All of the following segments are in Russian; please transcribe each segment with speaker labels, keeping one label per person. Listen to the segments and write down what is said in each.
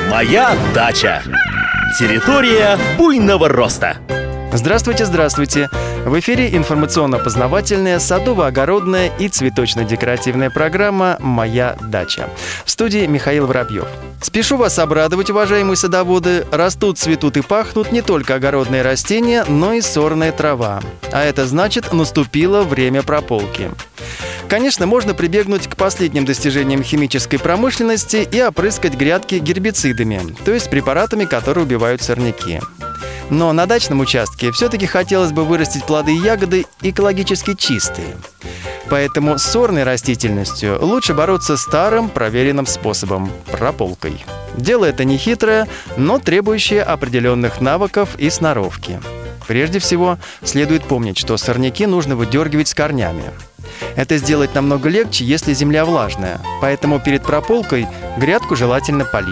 Speaker 1: Моя дача. Территория буйного роста.
Speaker 2: Здравствуйте, здравствуйте! В эфире информационно-познавательная, садово-огородная и цветочно-декоративная программа «Моя дача». В студии Михаил Воробьев. Спешу вас обрадовать, уважаемые садоводы. Растут, цветут и пахнут не только огородные растения, но и сорная трава. А это значит, наступило время прополки. Конечно, можно прибегнуть к последним достижениям химической промышленности и опрыскать грядки гербицидами, то есть препаратами, которые убивают сорняки. Но на дачном участке все-таки хотелось бы вырастить плоды и ягоды экологически чистые. Поэтому с сорной растительностью лучше бороться старым проверенным способом – прополкой. Дело это нехитрое, но требующее определенных навыков и сноровки. Прежде всего, следует помнить, что сорняки нужно выдергивать с корнями. Это сделать намного легче, если земля влажная, поэтому перед прополкой грядку желательно полить.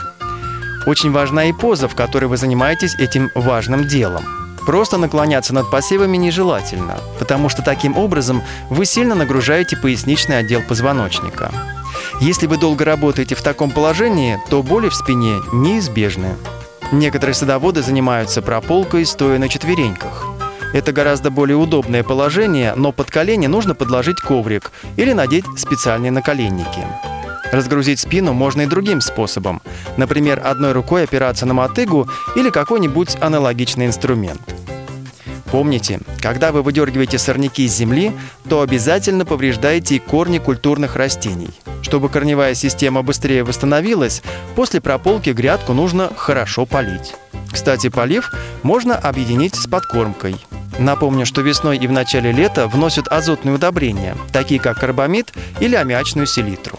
Speaker 2: Очень важна и поза, в которой вы занимаетесь этим важным делом. Просто наклоняться над посевами нежелательно, потому что таким образом вы сильно нагружаете поясничный отдел позвоночника. Если вы долго работаете в таком положении, то боли в спине неизбежны. Некоторые садоводы занимаются прополкой, стоя на четвереньках. Это гораздо более удобное положение, но под колени нужно подложить коврик или надеть специальные наколенники. Разгрузить спину можно и другим способом. Например, одной рукой опираться на мотыгу или какой-нибудь аналогичный инструмент. Помните, когда вы выдергиваете сорняки из земли, то обязательно повреждаете и корни культурных растений. Чтобы корневая система быстрее восстановилась, после прополки грядку нужно хорошо полить. Кстати, полив можно объединить с подкормкой. Напомню, что весной и в начале лета вносят азотные удобрения, такие как карбамид или аммиачную селитру.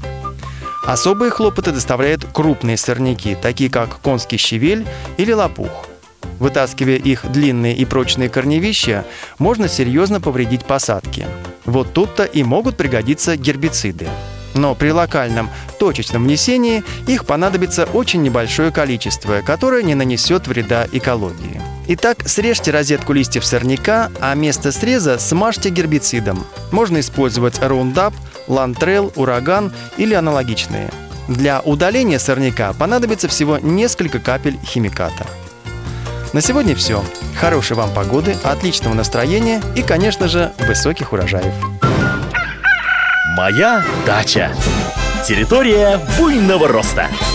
Speaker 2: Особые хлопоты доставляют крупные сорняки, такие как конский щавель или лопух. Вытаскивая их длинные и прочные корневища, можно серьезно повредить посадки. Вот тут-то и могут пригодиться гербициды. Но при локальном, точечном внесении их понадобится очень небольшое количество, которое не нанесет вреда экологии. Итак, срежьте розетку листьев сорняка, а место среза смажьте гербицидом. Можно использовать Roundup, Lantrel, Ураган или аналогичные. Для удаления сорняка понадобится всего несколько капель химиката. На сегодня все. Хорошей вам погоды, отличного настроения и, конечно же, высоких урожаев.
Speaker 1: Моя дача. Территория буйного роста.